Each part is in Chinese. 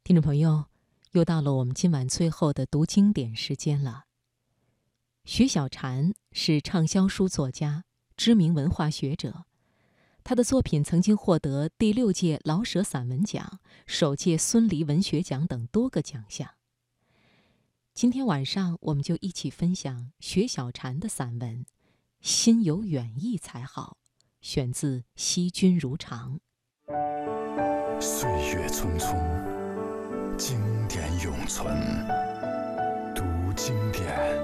听众朋友，又到了我们今晚最后的读经典时间了。薛小禅是畅销书作家，知名文化学者。他的作品曾经获得第6届老舍散文奖、首届孙犁文学奖等多个奖项。今天晚上我们就一起分享薛小禅的散文《心有远意才好》，选自《惜君如常》。 岁月匆匆，经典永存。读经典。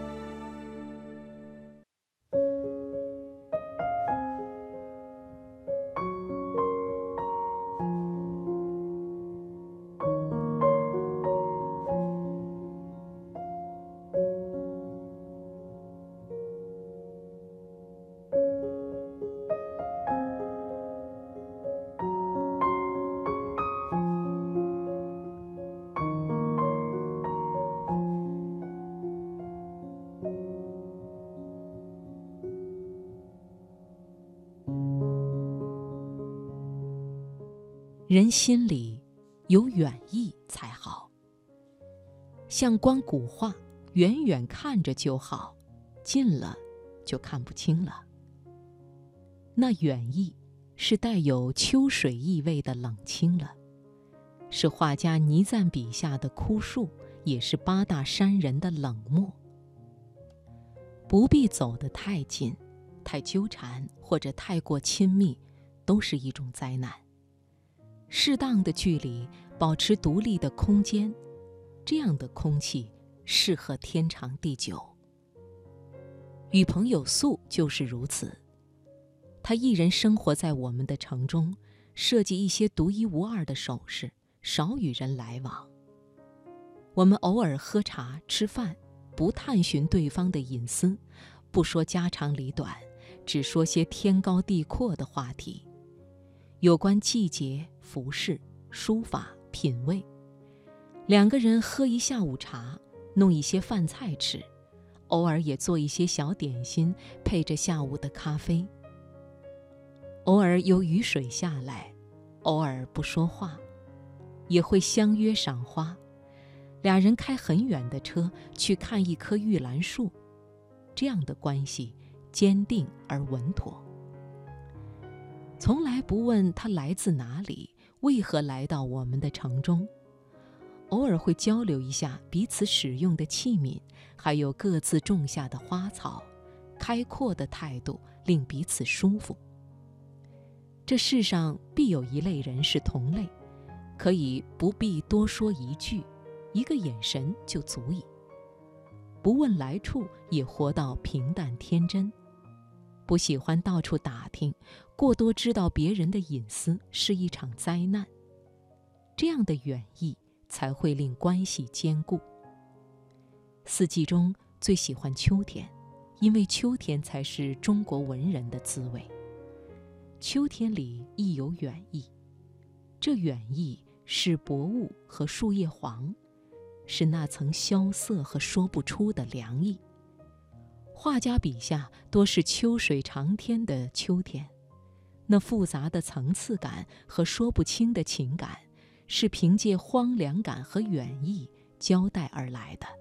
人心里有远意才好，像观古画，远远看着就好，近了就看不清了。那远意是带有秋水意味的冷清了，是画家倪瓒笔下的枯树，也是八大山人的冷漠。不必走得太近，太纠缠，或者太过亲密，都是一种灾难。适当的距离，保持独立的空间，这样的空气适合天长地久。与朋友素就是如此，他一人生活在我们的城中，设计一些独一无二的首饰，少与人来往。我们偶尔喝茶吃饭，不探寻对方的隐私，不说家长里短，只说些天高地阔的话题，有关季节、服饰、书法、品味。两个人喝一下午茶，弄一些饭菜吃，偶尔也做一些小点心，配着下午的咖啡。偶尔有雨水下来，偶尔不说话，也会相约赏花。俩人开很远的车去看一棵玉兰树，这样的关系坚定而稳妥。从来不问他来自哪里，为何来到我们的城中，偶尔会交流一下彼此使用的器皿，还有各自种下的花草，开阔的态度令彼此舒服。这世上必有一类人是同类，可以不必多说一句，一个眼神就足矣。不问来处，也活到平淡天真。不喜欢到处打听，过多知道别人的隐私是一场灾难。这样的远意才会令关系坚固。四季中最喜欢秋天，因为秋天才是中国文人的滋味。秋天里亦有远意，这远意是薄雾和树叶黄，是那层萧瑟和说不出的凉意。画家笔下多是秋水长天的秋天，那复杂的层次感和说不清的情感，是凭借荒凉感和远意交代而来的。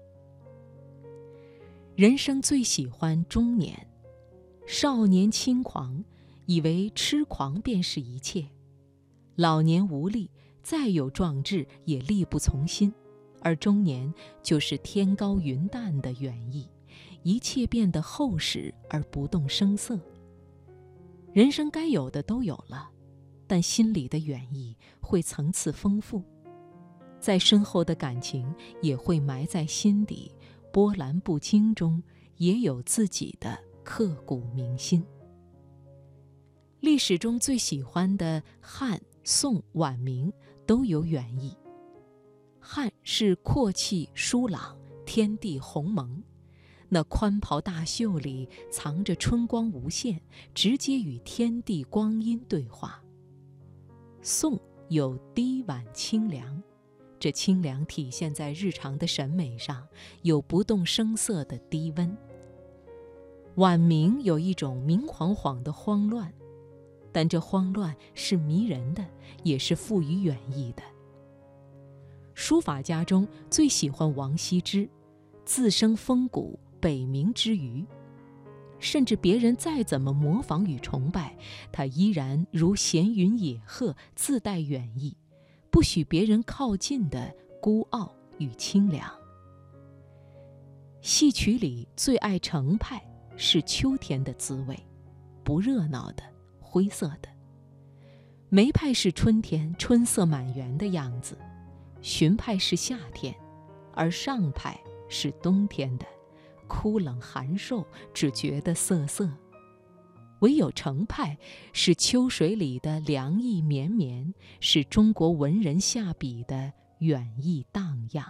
人生最喜欢中年，少年轻狂，以为痴狂便是一切；老年无力，再有壮志也力不从心，而中年就是天高云淡的远意，一切变得厚实而不动声色。人生该有的都有了，但心里的远意会层次丰富，再深厚的感情也会埋在心底，波澜不惊中也有自己的刻骨铭心。历史中最喜欢的汉、宋、晚、明都有远意。汉是阔气疏朗，天地鸿蒙，那宽袍大袖里藏着春光无限，直接与天地光阴对话。宋有低婉清凉，这清凉体现在日常的审美上，有不动声色的低温。晚明有一种明晃晃的慌乱，但这慌乱是迷人的，也是富于远意的。 书法家中最喜欢王羲之，自生风骨，北冥之鱼。甚至别人再怎么模仿与崇拜，他依然如闲云野鹤，自带远意，不许别人靠近的孤傲与清凉。戏曲里最爱程派，是秋天的滋味，不热闹的，灰色的；梅派是春天，春色满园的样子；荀派是夏天，而上派是冬天的，枯冷寒瘦，只觉得瑟瑟。唯有程派是秋水里的凉意绵绵，是中国文人下笔的远意荡漾。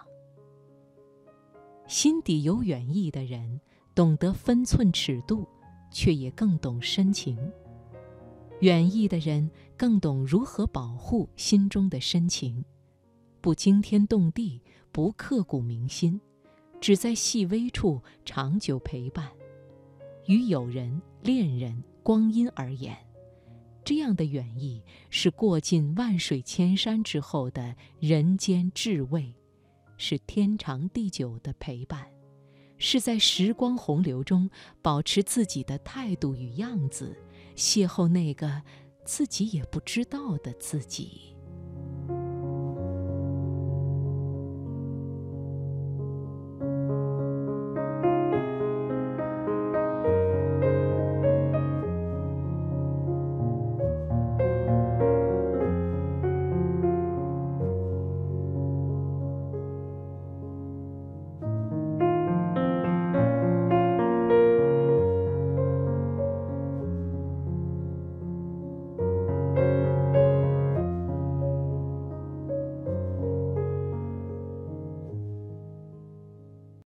心底有远意的人，懂得分寸尺度，却也更懂深情。远意的人更懂如何保护心中的深情，不惊天动地，不刻骨铭心，只在细微处长久陪伴。于友人、恋人、光阴而言，这样的远意是过尽万水千山之后的人间至味，是天长地久的陪伴，是在时光洪流中保持自己的态度与样子，邂逅那个自己也不知道的自己。